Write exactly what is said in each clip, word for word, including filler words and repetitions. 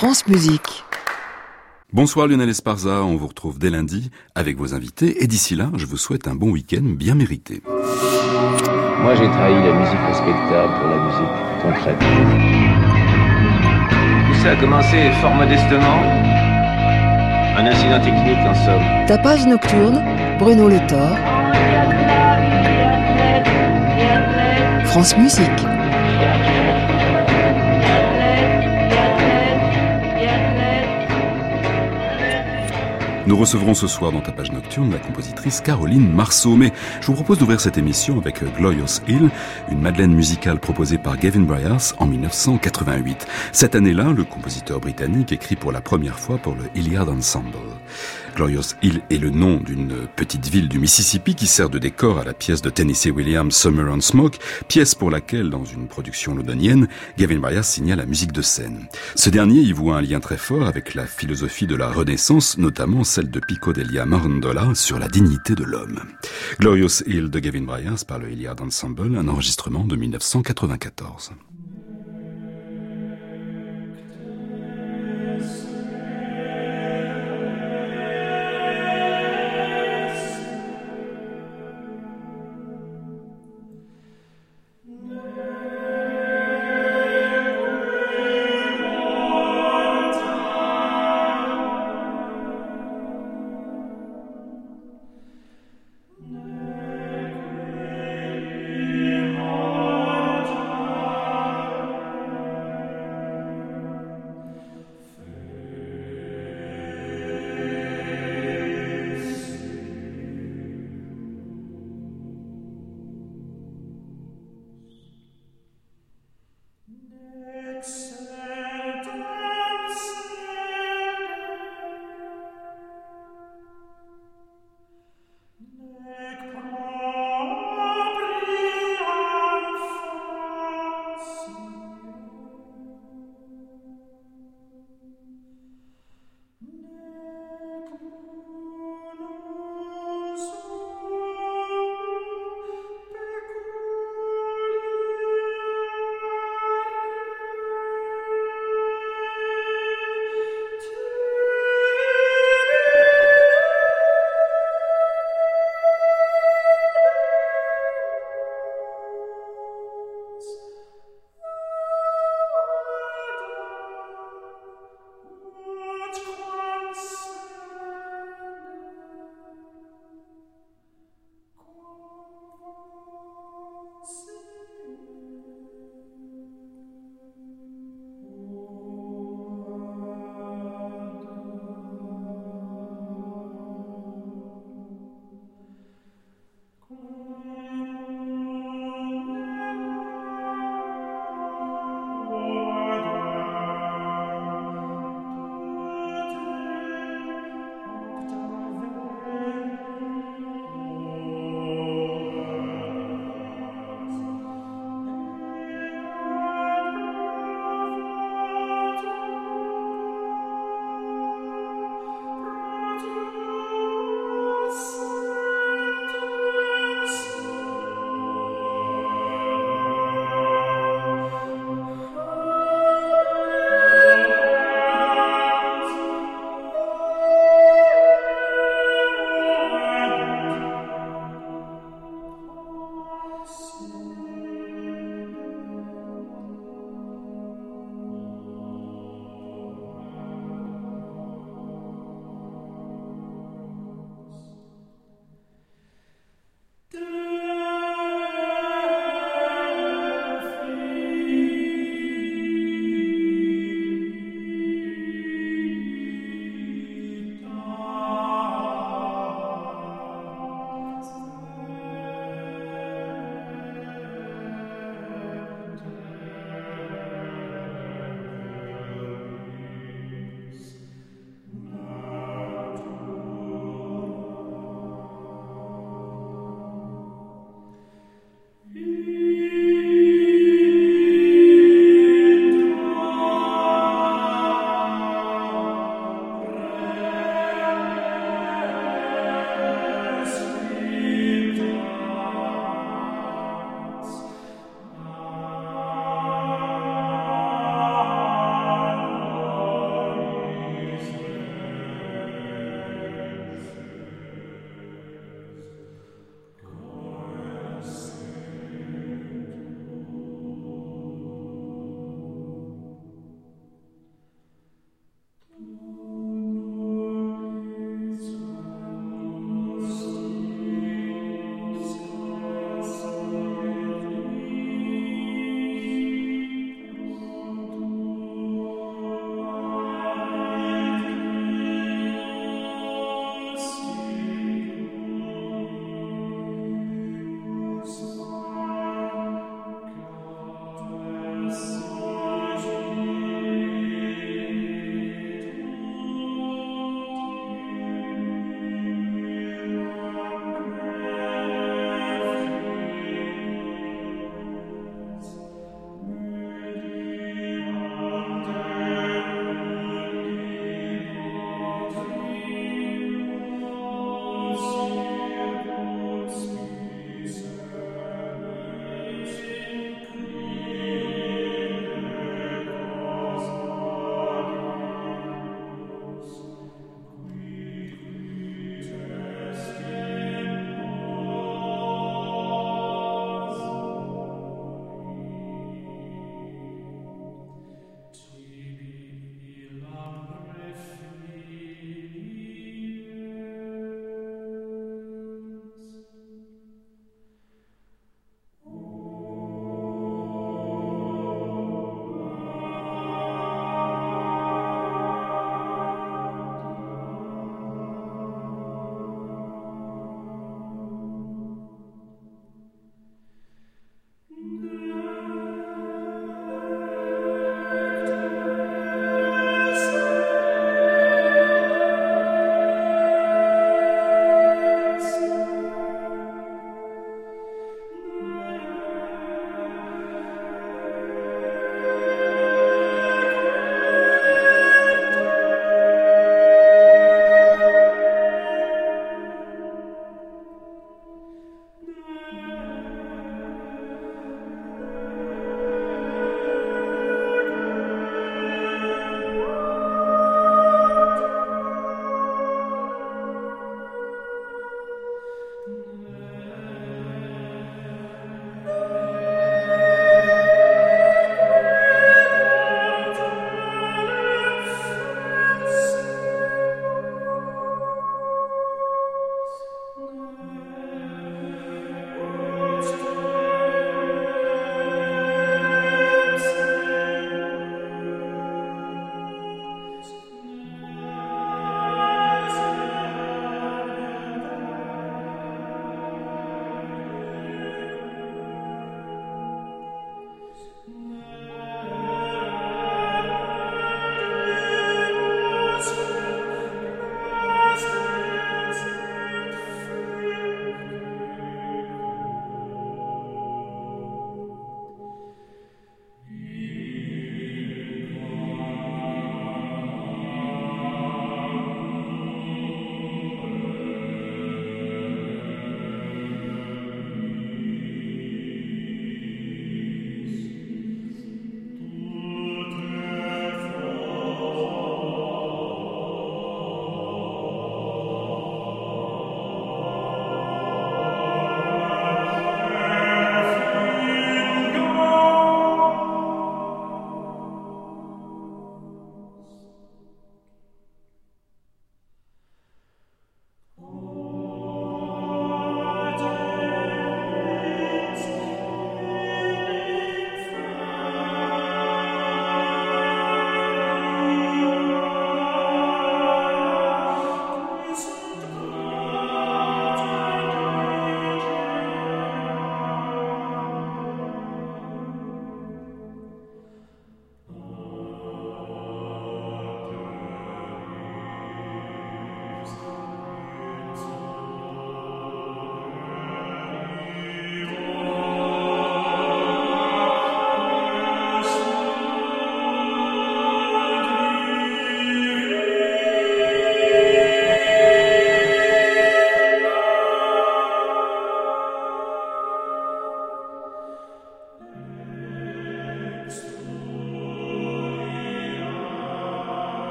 France Musique. Bonsoir Lionel Esparza, on vous retrouve dès lundi avec vos invités et d'ici là, je vous souhaite un bon week-end bien mérité. Moi j'ai trahi la musique respectable pour la musique concrète. Tout ça a commencé fort modestement. Un incident technique en somme. Tapage nocturne, Bruno Le Thor. France Musique. Nous recevrons ce soir dans Tapage Nocturne la compositrice Caroline Marceau. Mais je vous propose d'ouvrir cette émission avec Glorious Hill, une madeleine musicale proposée par Gavin Bryars en dix-neuf cent quatre-vingt-huit. Cette année-là, le compositeur britannique écrit pour la première fois pour le Hilliard Ensemble. Glorious Hill est le nom d'une petite ville du Mississippi qui sert de décor à la pièce de Tennessee Williams Summer on Smoke, pièce pour laquelle, dans une production londonienne, Gavin Bryars signa la musique de scène. Ce dernier y voit un lien très fort avec la philosophie de la Renaissance, notamment celle de Pico della Mirandola sur la dignité de l'homme. Glorious Hill de Gavin Bryars par le Hilliard Ensemble, un enregistrement de dix-neuf cent quatre-vingt-quatorze. Thank you.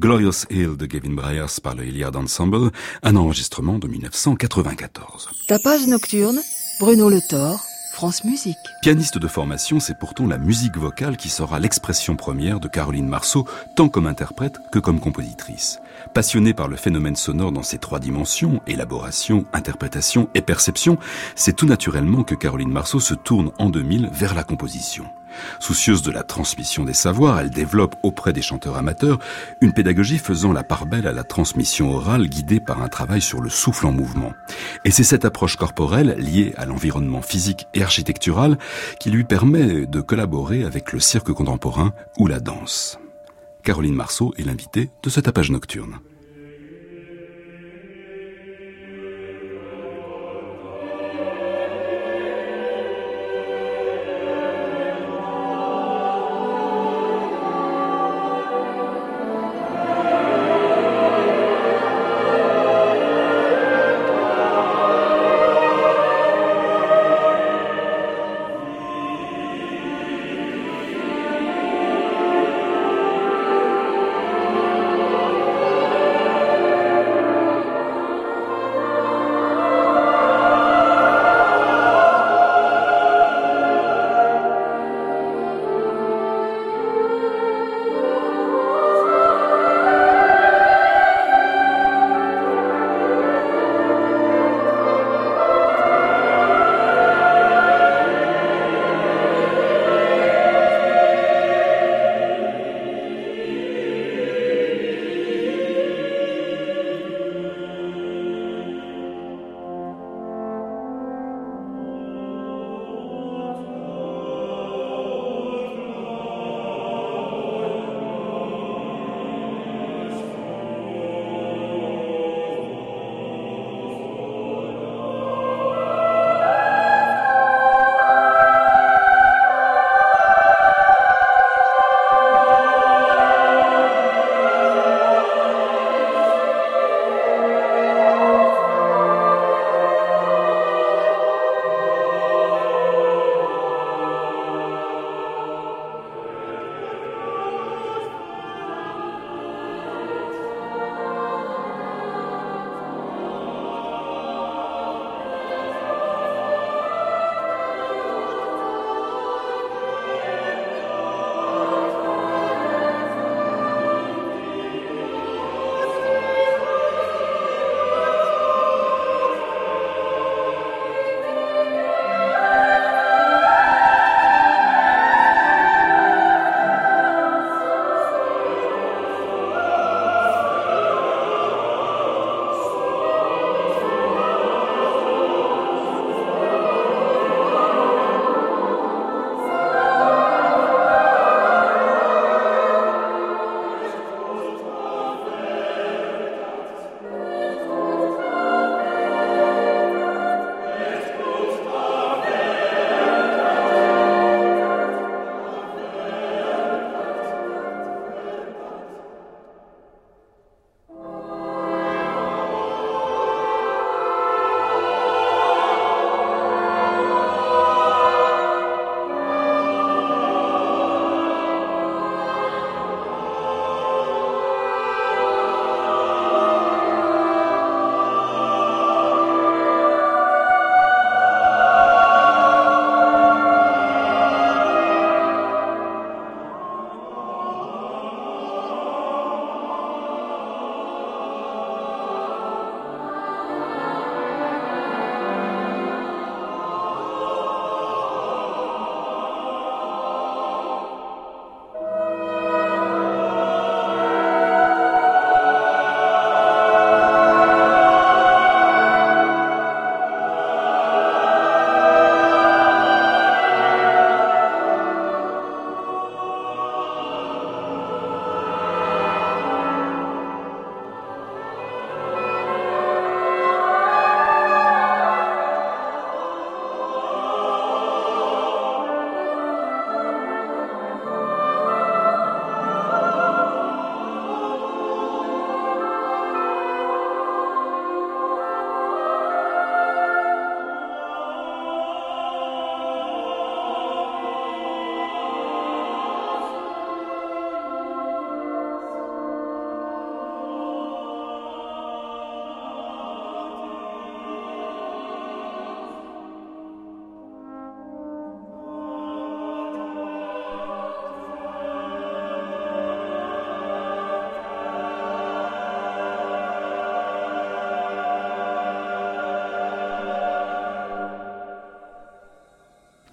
Glorious Hill de Gavin Bryars par le Hilliard Ensemble, un enregistrement de mille neuf cent quatre-vingt-quatorze. Tapage nocturne, Bruno Le Thor, France Musique. Pianiste de formation, c'est pourtant la musique vocale qui sera l'expression première de Caroline Marceau, tant comme interprète que comme compositrice. Passionnée par le phénomène sonore dans ses trois dimensions, élaboration, interprétation et perception, c'est tout naturellement que Caroline Marceau se tourne en deux mille vers la composition. Soucieuse de la transmission des savoirs, elle développe auprès des chanteurs amateurs une pédagogie faisant la part belle à la transmission orale guidée par un travail sur le souffle en mouvement. Et c'est cette approche corporelle liée à l'environnement physique et architectural qui lui permet de collaborer avec le cirque contemporain ou la danse. Caroline Marceau est l'invitée de ce tapage nocturne. Thank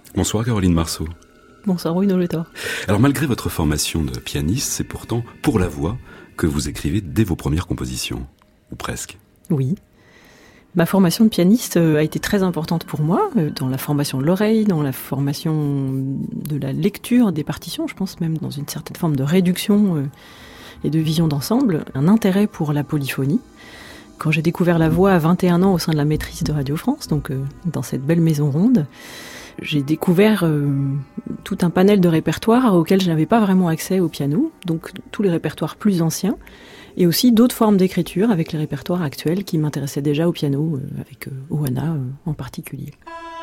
Bonsoir Caroline Marceau. Bonsoir Bruno Le Thor. Alors malgré votre formation de pianiste, c'est pourtant pour la voix que vous écrivez dès vos premières compositions, ou presque. Oui. Ma formation de pianiste a été très importante pour moi, dans la formation de l'oreille, dans la formation de la lecture des partitions, je pense même dans une certaine forme de réduction et de vision d'ensemble, un intérêt pour la polyphonie. Quand j'ai découvert la voix à vingt et un ans au sein de la maîtrise de Radio France, donc dans cette belle maison ronde, j'ai découvert euh, tout un panel de répertoires auxquels je n'avais pas vraiment accès au piano, donc tous les répertoires plus anciens, et aussi d'autres formes d'écriture avec les répertoires actuels qui m'intéressaient déjà au piano, euh, avec euh, Oana euh, en particulier.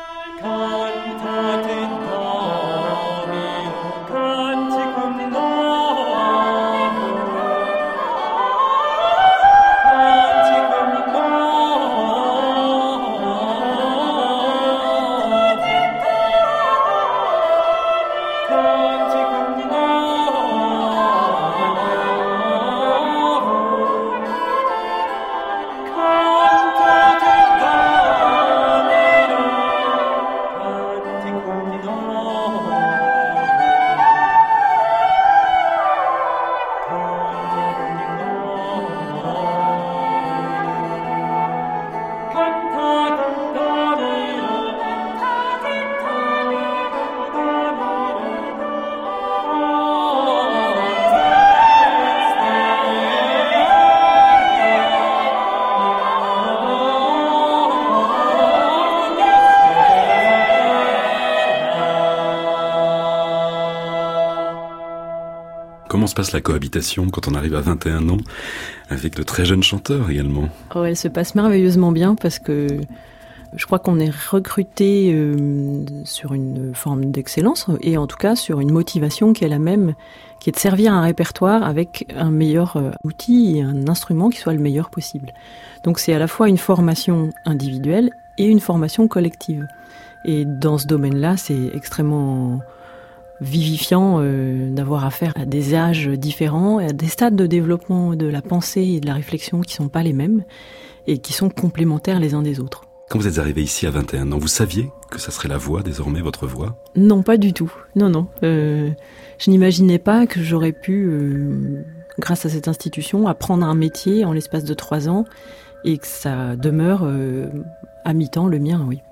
Comment se passe la cohabitation quand on arrive à vingt et un ans avec de très jeunes chanteurs également ? Oh, elle se passe merveilleusement bien parce que je crois qu'on est recruté euh, sur une forme d'excellence et en tout cas sur une motivation qui est la même, qui est de servir un répertoire avec un meilleur euh, outil et un instrument qui soit le meilleur possible. Donc c'est à la fois une formation individuelle et une formation collective. Et dans ce domaine-là, c'est extrêmement vivifiant euh, d'avoir affaire à des âges différents, à des stades de développement de la pensée et de la réflexion qui sont pas les mêmes et qui sont complémentaires les uns des autres. Quand vous êtes arrivé ici à vingt et un ans, vous saviez que ça serait la voix, désormais votre voix ? Non, pas du tout. Non, non. Euh, je n'imaginais pas que j'aurais pu, euh, grâce à cette institution, apprendre un métier en l'espace de trois ans et que ça demeure euh, à mi-temps le mien, oui.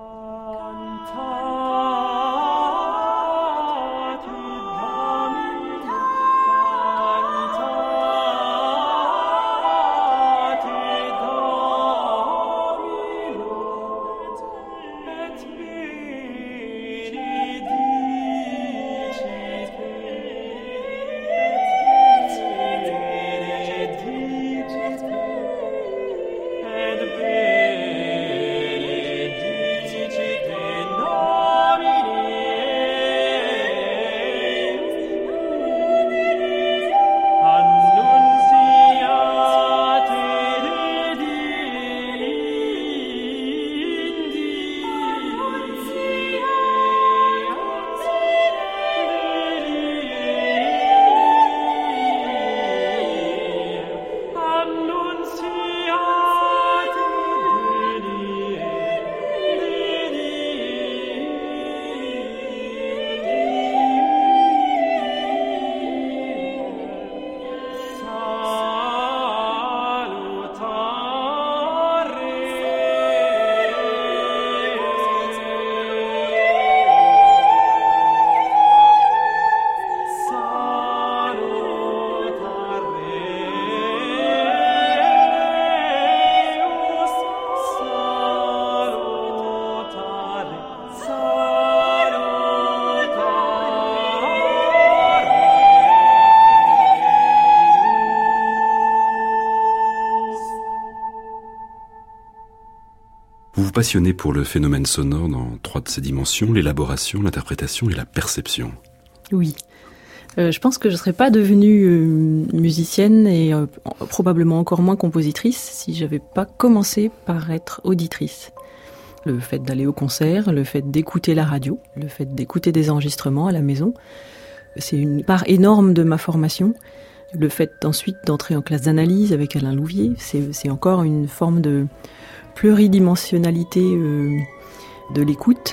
Vous vous passionnez pour le phénomène sonore dans trois de ses dimensions, l'élaboration, l'interprétation et la perception. Oui. Euh, je pense que je ne serais pas devenue euh, musicienne et euh, probablement encore moins compositrice si je n'avais pas commencé par être auditrice. Le fait d'aller au concert, le fait d'écouter la radio, le fait d'écouter des enregistrements à la maison, c'est une part énorme de ma formation. Le fait ensuite d'entrer en classe d'analyse avec Alain Louvier, c'est, c'est encore une forme de pluridimensionnalité euh, de l'écoute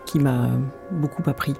qui m'a beaucoup appris.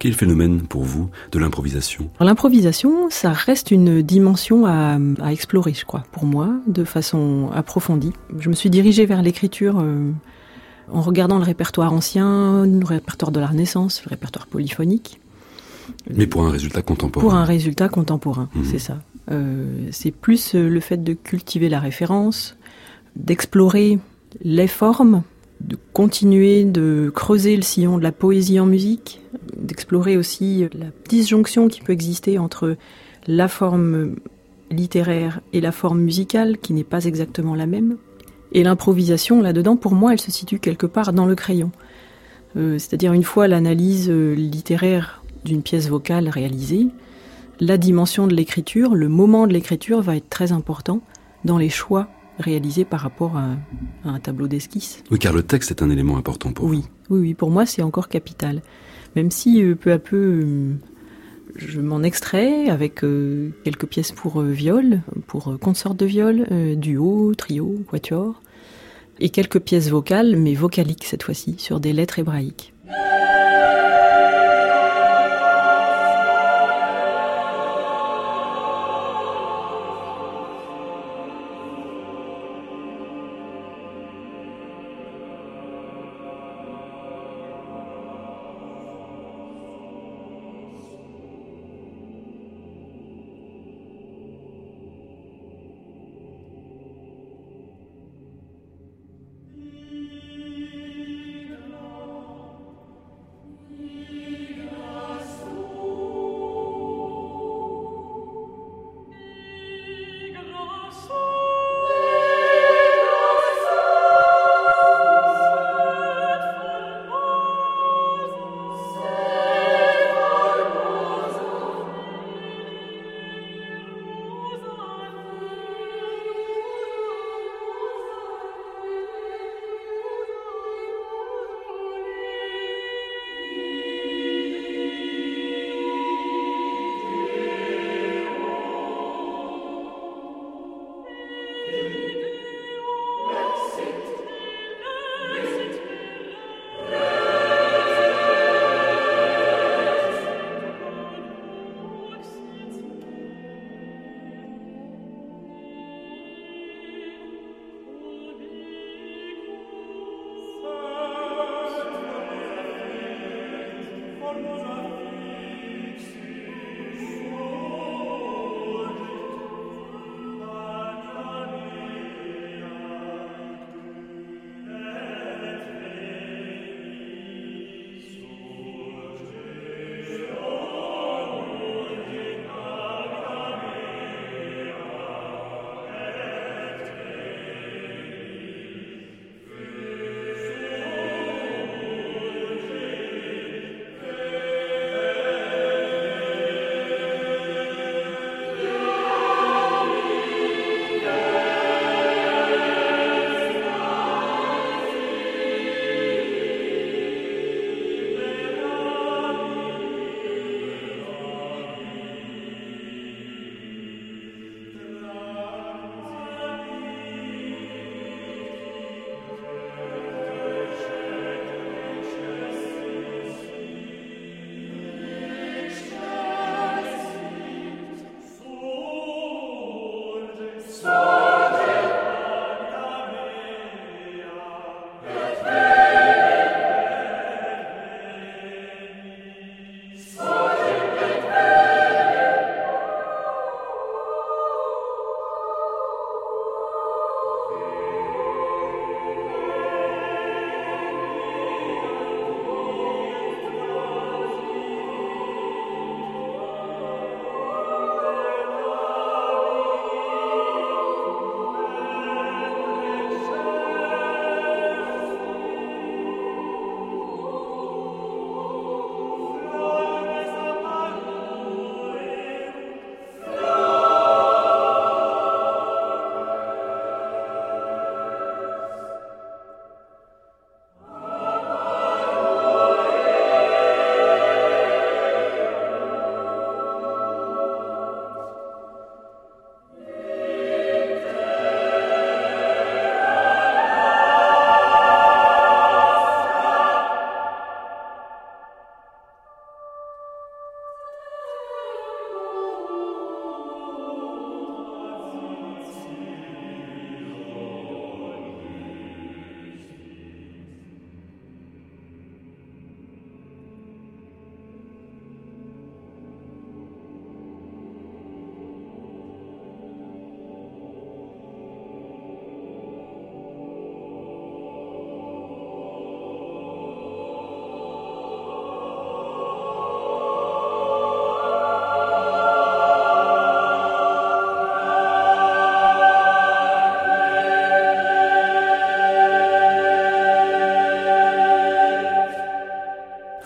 Quel est le phénomène pour vous de l'improvisation ? Alors, l'improvisation, ça reste une dimension à, à explorer, je crois, pour moi, de façon approfondie. Je me suis dirigée vers l'écriture euh, en regardant le répertoire ancien, le répertoire de la Renaissance, le répertoire polyphonique. Mais pour un résultat contemporain. Pour un résultat contemporain, mmh. c'est ça. Euh, c'est plus le fait de cultiver la référence, d'explorer les formes, de continuer de creuser le sillon de la poésie en musique, d'explorer aussi la disjonction qui peut exister entre la forme littéraire et la forme musicale, qui n'est pas exactement la même. Et l'improvisation, là-dedans, pour moi, elle se situe quelque part dans le crayon. Euh, c'est-à-dire, une fois l'analyse littéraire d'une pièce vocale réalisée, la dimension de l'écriture, le moment de l'écriture va être très important dans les choix réalisés par rapport à, à un tableau d'esquisse. Oui, car le texte est un élément important pour oui. vous. Oui, oui, pour moi, c'est encore capital. Même si, euh, peu à peu, euh, je m'en extrais avec euh, quelques pièces pour euh, viol, pour euh, consort de viol, euh, duo, trio, quatuor, et quelques pièces vocales, mais vocaliques cette fois-ci, sur des lettres hébraïques.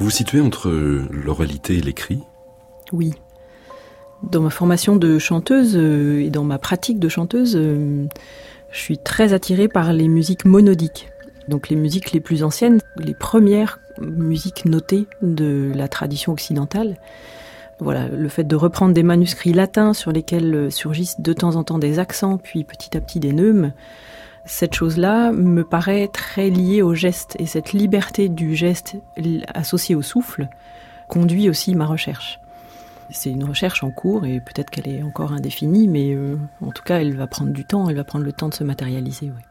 vous situez entre l'oralité et l'écrit ? Oui. Dans ma formation de chanteuse euh, et dans ma pratique de chanteuse, euh, je suis très attirée par les musiques monodiques. Donc les musiques les plus anciennes, les premières musiques notées de la tradition occidentale. Voilà, le fait de reprendre des manuscrits latins sur lesquels surgissent de temps en temps des accents, puis petit à petit des neumes, cette chose-là me paraît très liée au geste. Et cette liberté du geste associée au souffle conduit aussi ma recherche. C'est une recherche en cours et peut-être qu'elle est encore indéfinie, mais euh, en tout cas, elle va prendre du temps, elle va prendre le temps de se matérialiser. Ouais.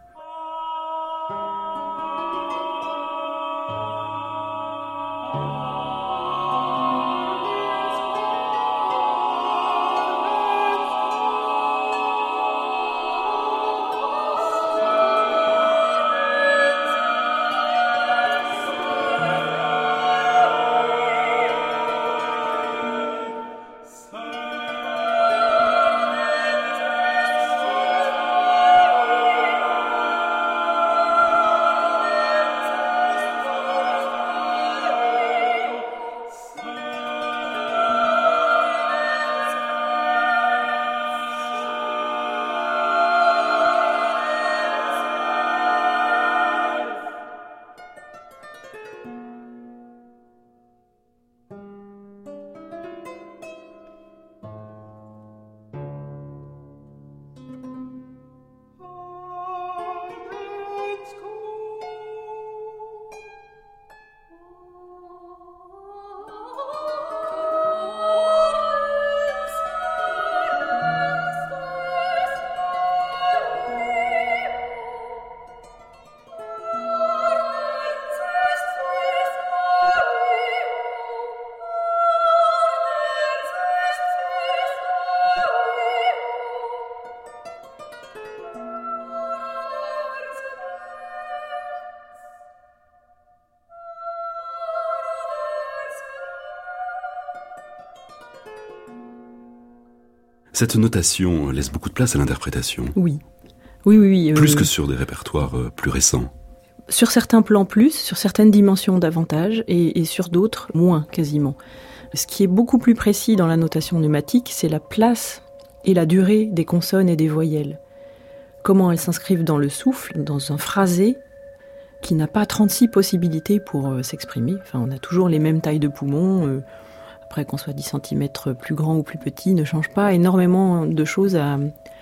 Cette notation laisse beaucoup de place à l'interprétation. Oui. Oui, oui, oui. Plus euh... que sur des répertoires euh, plus récents. Sur certains plans plus, sur certaines dimensions davantage, et, et sur d'autres moins, quasiment. Ce qui est beaucoup plus précis dans la notation pneumatique, c'est la place et la durée des consonnes et des voyelles. Comment elles s'inscrivent dans le souffle, dans un phrasé qui n'a pas trente-six possibilités pour euh, s'exprimer. Enfin, on a toujours les mêmes tailles de poumons. Euh, après, qu'on soit dix centimètres plus grand ou plus petit, ne change pas énormément de choses à,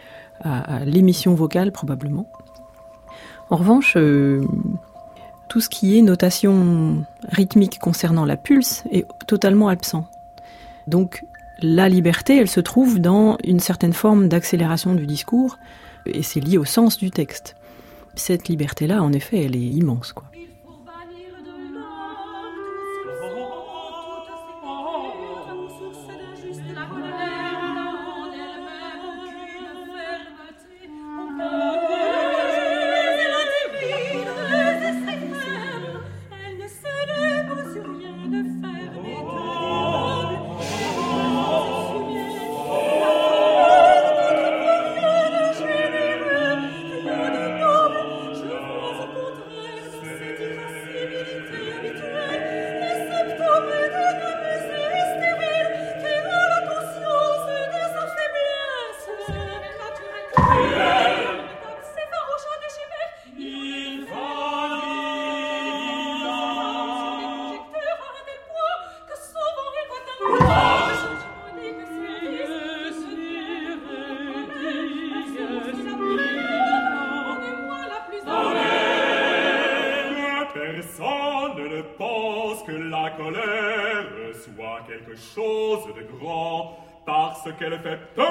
à, à l'émission vocale, probablement. En revanche, euh, tout ce qui est notation rythmique concernant la pulse est totalement absent. Donc, la liberté, elle se trouve dans une certaine forme d'accélération du discours, et c'est lié au sens du texte. Cette liberté-là, en effet, elle est immense, quoi. Qu'elle fait peur.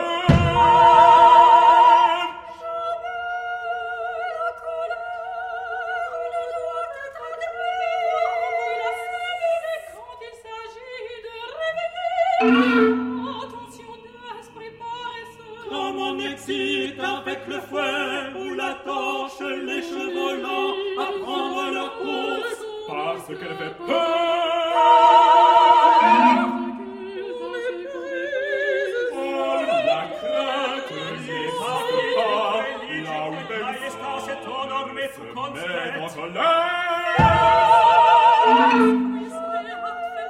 Comme on excite avec le fouet ou la torche les chevaux lents à prendre leur course parce qu'elle fait peur. Se met en colère.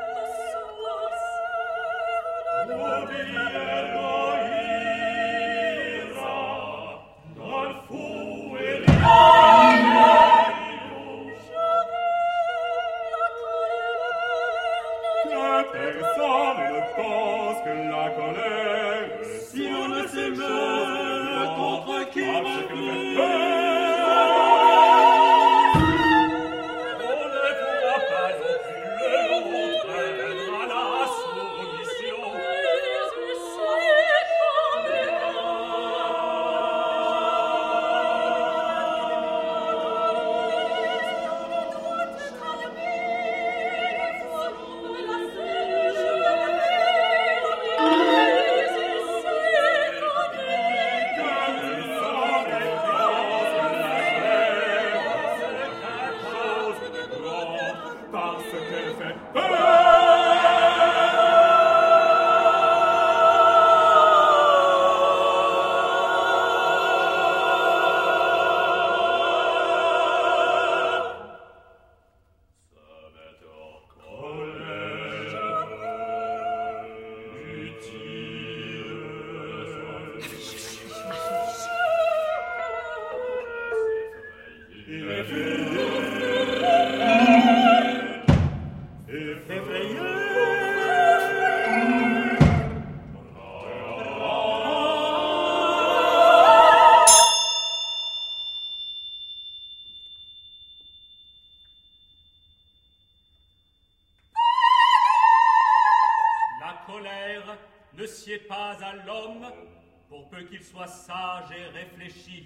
Ne sied pas à l'homme, pour peu qu'il soit sage et réfléchi.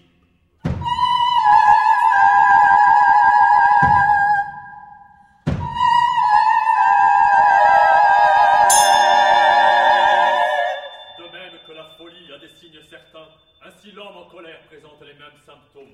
De même que la folie a des signes certains, ainsi l'homme en colère présente les mêmes symptômes.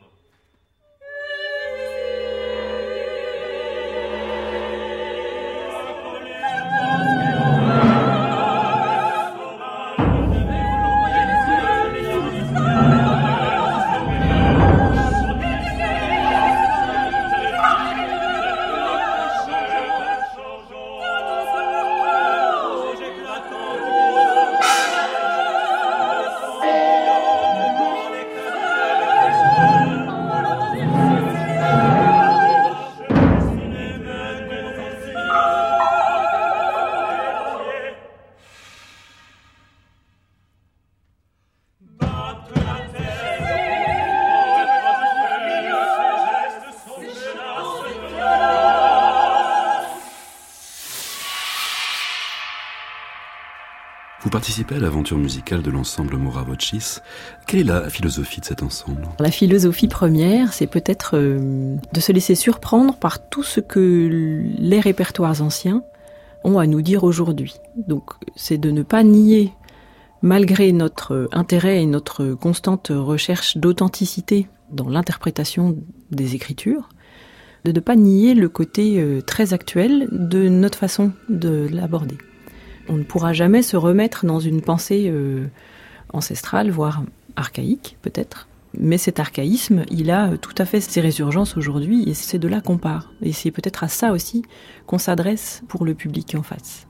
Vous participez à l'aventure musicale de l'ensemble Mora Vocis. Quelle est la philosophie de cet ensemble ? La philosophie première, c'est peut-être euh, de se laisser surprendre par tout ce que les répertoires anciens ont à nous dire aujourd'hui. Donc, c'est de ne pas nier, malgré notre intérêt et notre constante recherche d'authenticité dans l'interprétation des écritures, de ne pas nier le côté euh, très actuel de notre façon de l'aborder. On ne pourra jamais se remettre dans une pensée euh, ancestrale, voire archaïque peut-être. Mais cet archaïsme, il a tout à fait ses résurgences aujourd'hui et c'est de là qu'on part. Et c'est peut-être à ça aussi qu'on s'adresse pour le public en face.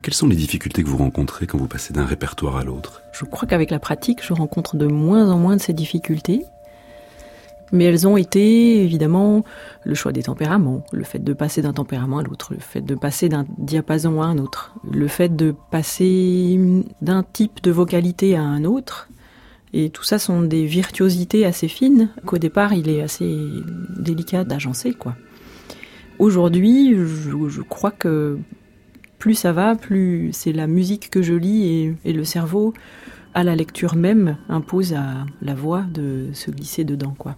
Quelles sont les difficultés que vous rencontrez quand vous passez d'un répertoire à l'autre ? Je crois qu'avec la pratique, je rencontre de moins en moins de ces difficultés. Mais elles ont été, évidemment, le choix des tempéraments, le fait de passer d'un tempérament à l'autre, le fait de passer d'un diapason à un autre, le fait de passer d'un type de vocalité à un autre. Et tout ça sont des virtuosités assez fines, qu'au départ, il est assez délicat d'agencer, quoi. Aujourd'hui, je, je crois que plus ça va, plus c'est la musique que je lis et, et le cerveau, à la lecture même, impose à la voix de se glisser dedans, quoi.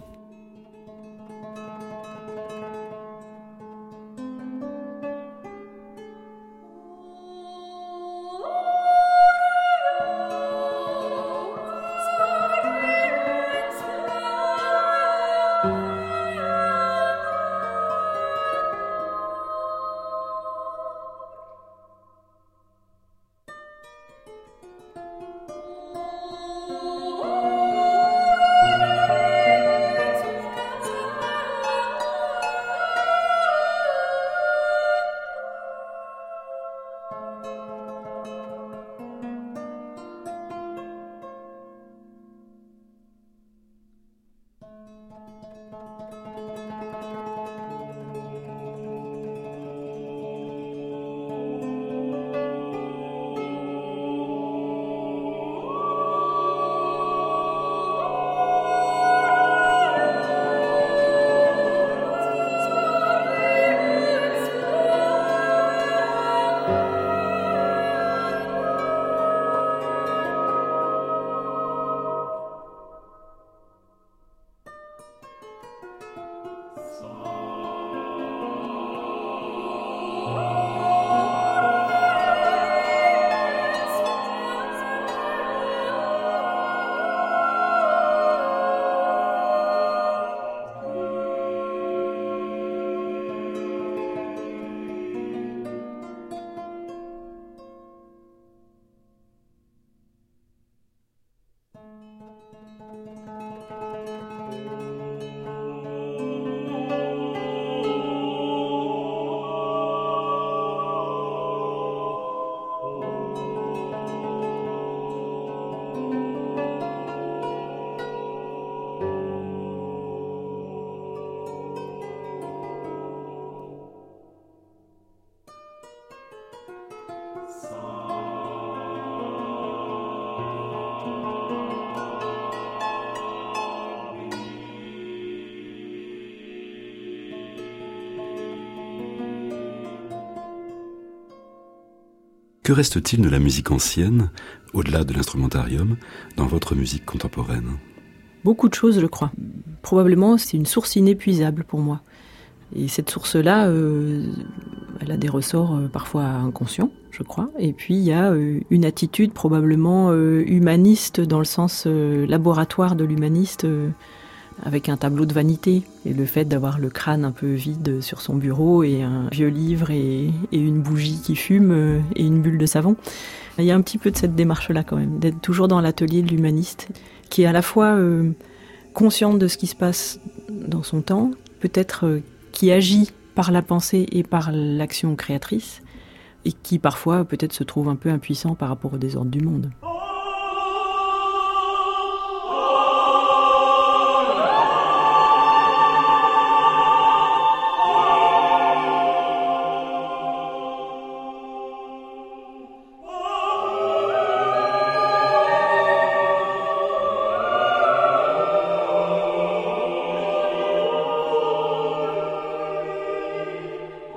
Que reste-t-il de la musique ancienne, au-delà de l'instrumentarium, dans votre musique contemporaine ? Beaucoup de choses, je crois. Probablement, c'est une source inépuisable pour moi. Et cette source-là, euh, elle a des ressorts euh, parfois inconscients, je crois. Et puis, il y a euh, une attitude probablement euh, humaniste, dans le sens euh, laboratoire de l'humaniste, euh, avec un tableau de vanité. Et le fait d'avoir le crâne un peu vide sur son bureau, et un vieux livre, et, et une bougie qui fume, euh, et une bulle de savon. Il y a un petit peu de cette démarche-là quand même, d'être toujours dans l'atelier de l'humaniste, qui est à la fois euh, consciente de ce qui se passe dans son temps, peut-être euh, qui agit par la pensée et par l'action créatrice, et qui parfois peut-être se trouve un peu impuissant par rapport au désordre du monde.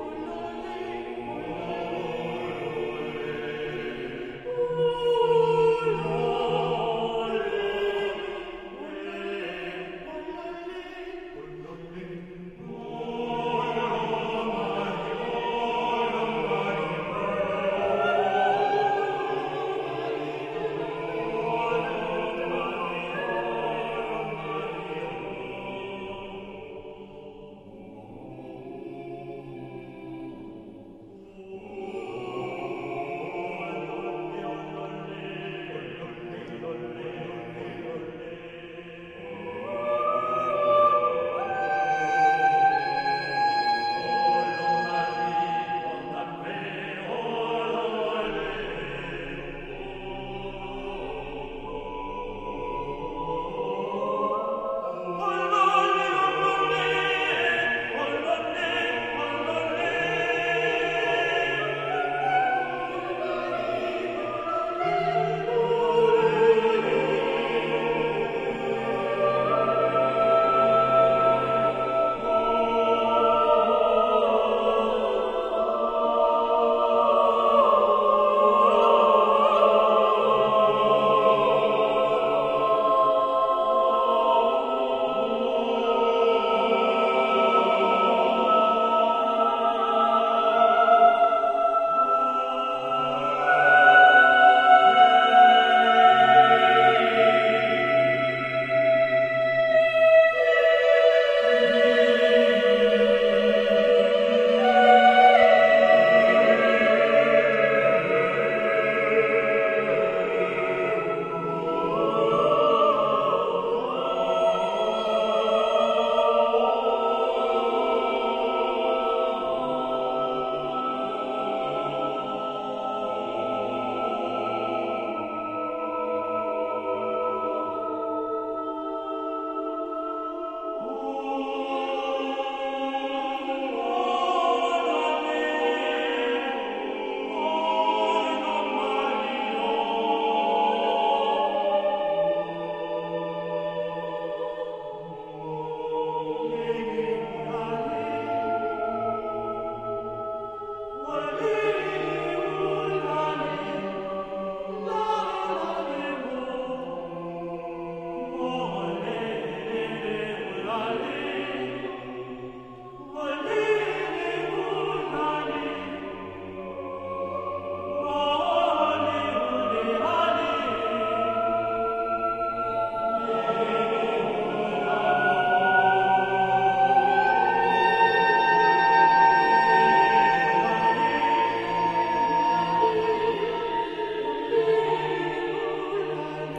Oh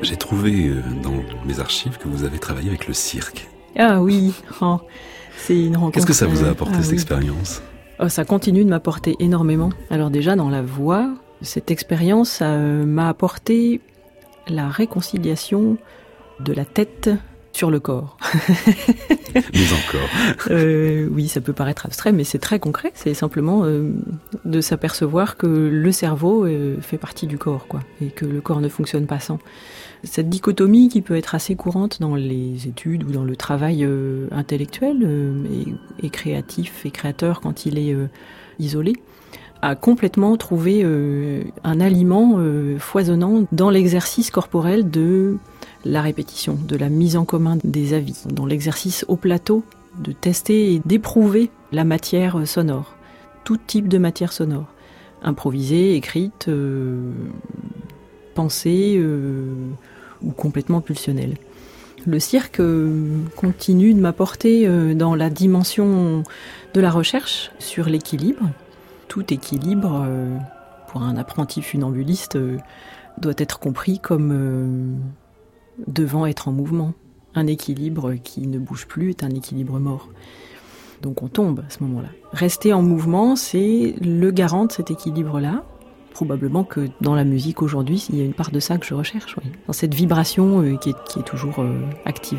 J'ai trouvé dans mes archives que vous avez travaillé avec le cirque. Ah oui, oh, c'est une rencontre. Qu'est-ce que ça vous a apporté, ah, cette oui. expérience ? Oh, ça continue de m'apporter énormément. Alors déjà, dans la voix, cette expérience ça, euh, m'a apporté la réconciliation de la tête sur le corps. Mais encore. euh, oui, ça peut paraître abstrait, mais c'est très concret. C'est simplement euh, de s'apercevoir que le cerveau euh, fait partie du corps, quoi, et que le corps ne fonctionne pas sans. Cette dichotomie qui peut être assez courante dans les études ou dans le travail euh, intellectuel euh, et, et créatif et créateur quand il est euh, isolé, a complètement trouvé euh, un aliment euh, foisonnant dans l'exercice corporel de la répétition, de la mise en commun des avis, dans l'exercice au plateau de tester et d'éprouver la matière sonore, tout type de matière sonore, improvisée, écrite, euh, pensée euh, ou complètement pulsionnelle. Le cirque euh, continue de m'apporter euh, dans la dimension de la recherche sur l'équilibre. Tout équilibre, euh, pour un apprenti funambuliste, euh, doit être compris comme euh, devant être en mouvement. Un équilibre qui ne bouge plus est un équilibre mort. Donc on tombe à ce moment-là. Rester en mouvement, c'est le garant de cet équilibre-là. Probablement que dans la musique aujourd'hui, il y a une part de ça que je recherche, oui. Dans cette vibration euh, qui, est, qui est toujours euh, active.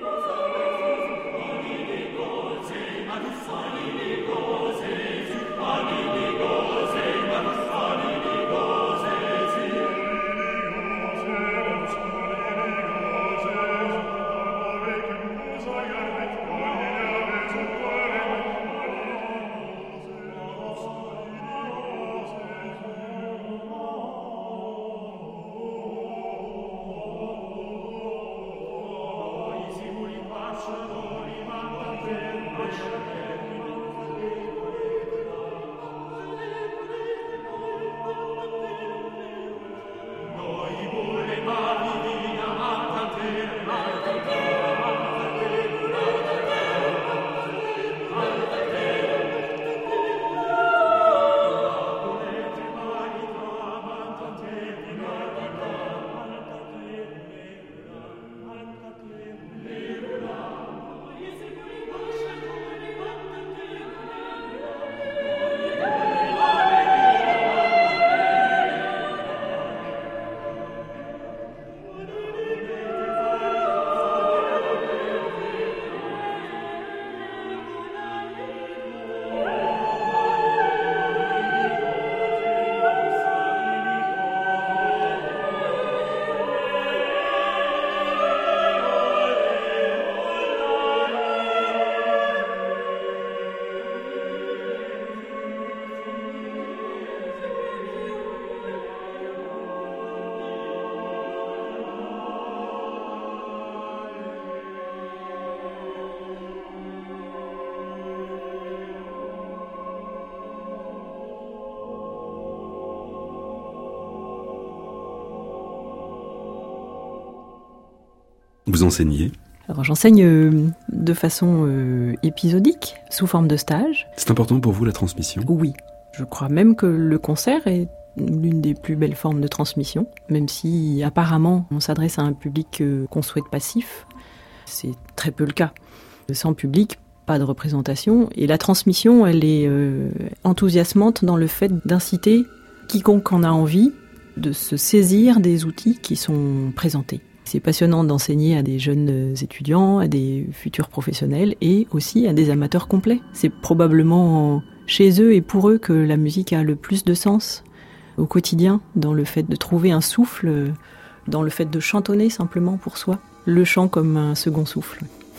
Vous enseignez ? Alors j'enseigne euh, de façon euh, épisodique, sous forme de stage. C'est important pour vous la transmission ? Oui, je crois même que le concert est l'une des plus belles formes de transmission, même si apparemment on s'adresse à un public euh, qu'on souhaite passif. C'est très peu le cas. Sans public, pas de représentation. Et la transmission, elle est euh, enthousiasmante dans le fait d'inciter quiconque en a envie de se saisir des outils qui sont présentés. C'est passionnant d'enseigner à des jeunes étudiants, à des futurs professionnels et aussi à des amateurs complets. C'est probablement chez eux et pour eux que la musique a le plus de sens au quotidien, dans le fait de trouver un souffle, dans le fait de chantonner simplement pour soi. Le chant comme un second souffle.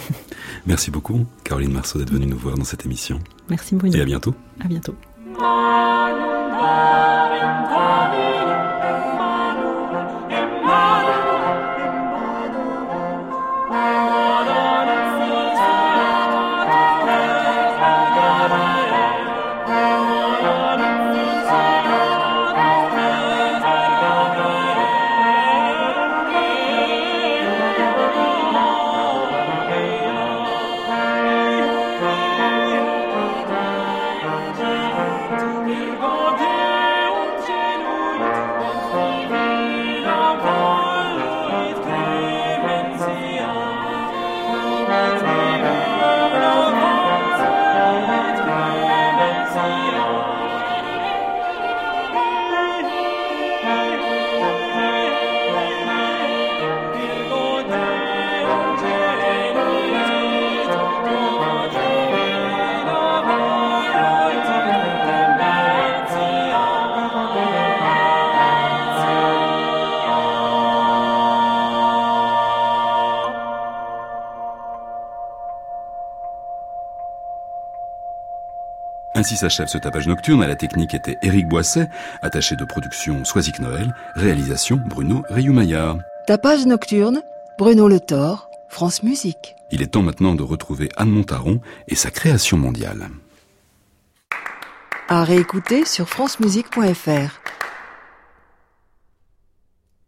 Merci beaucoup, Caroline Marceau, d'être venue nous voir dans cette émission. Merci Bruno. Et à bientôt. À bientôt. Thank you. Ainsi s'achève ce tapage nocturne. À la technique était Éric Boisset, attaché de production Soisic Noël, réalisation Bruno Rioux-Maillard. Tapage nocturne, Bruno Le Thor, France Musique. Il est temps maintenant de retrouver Anne Montaron et sa création mondiale. À réécouter sur francemusique point f r.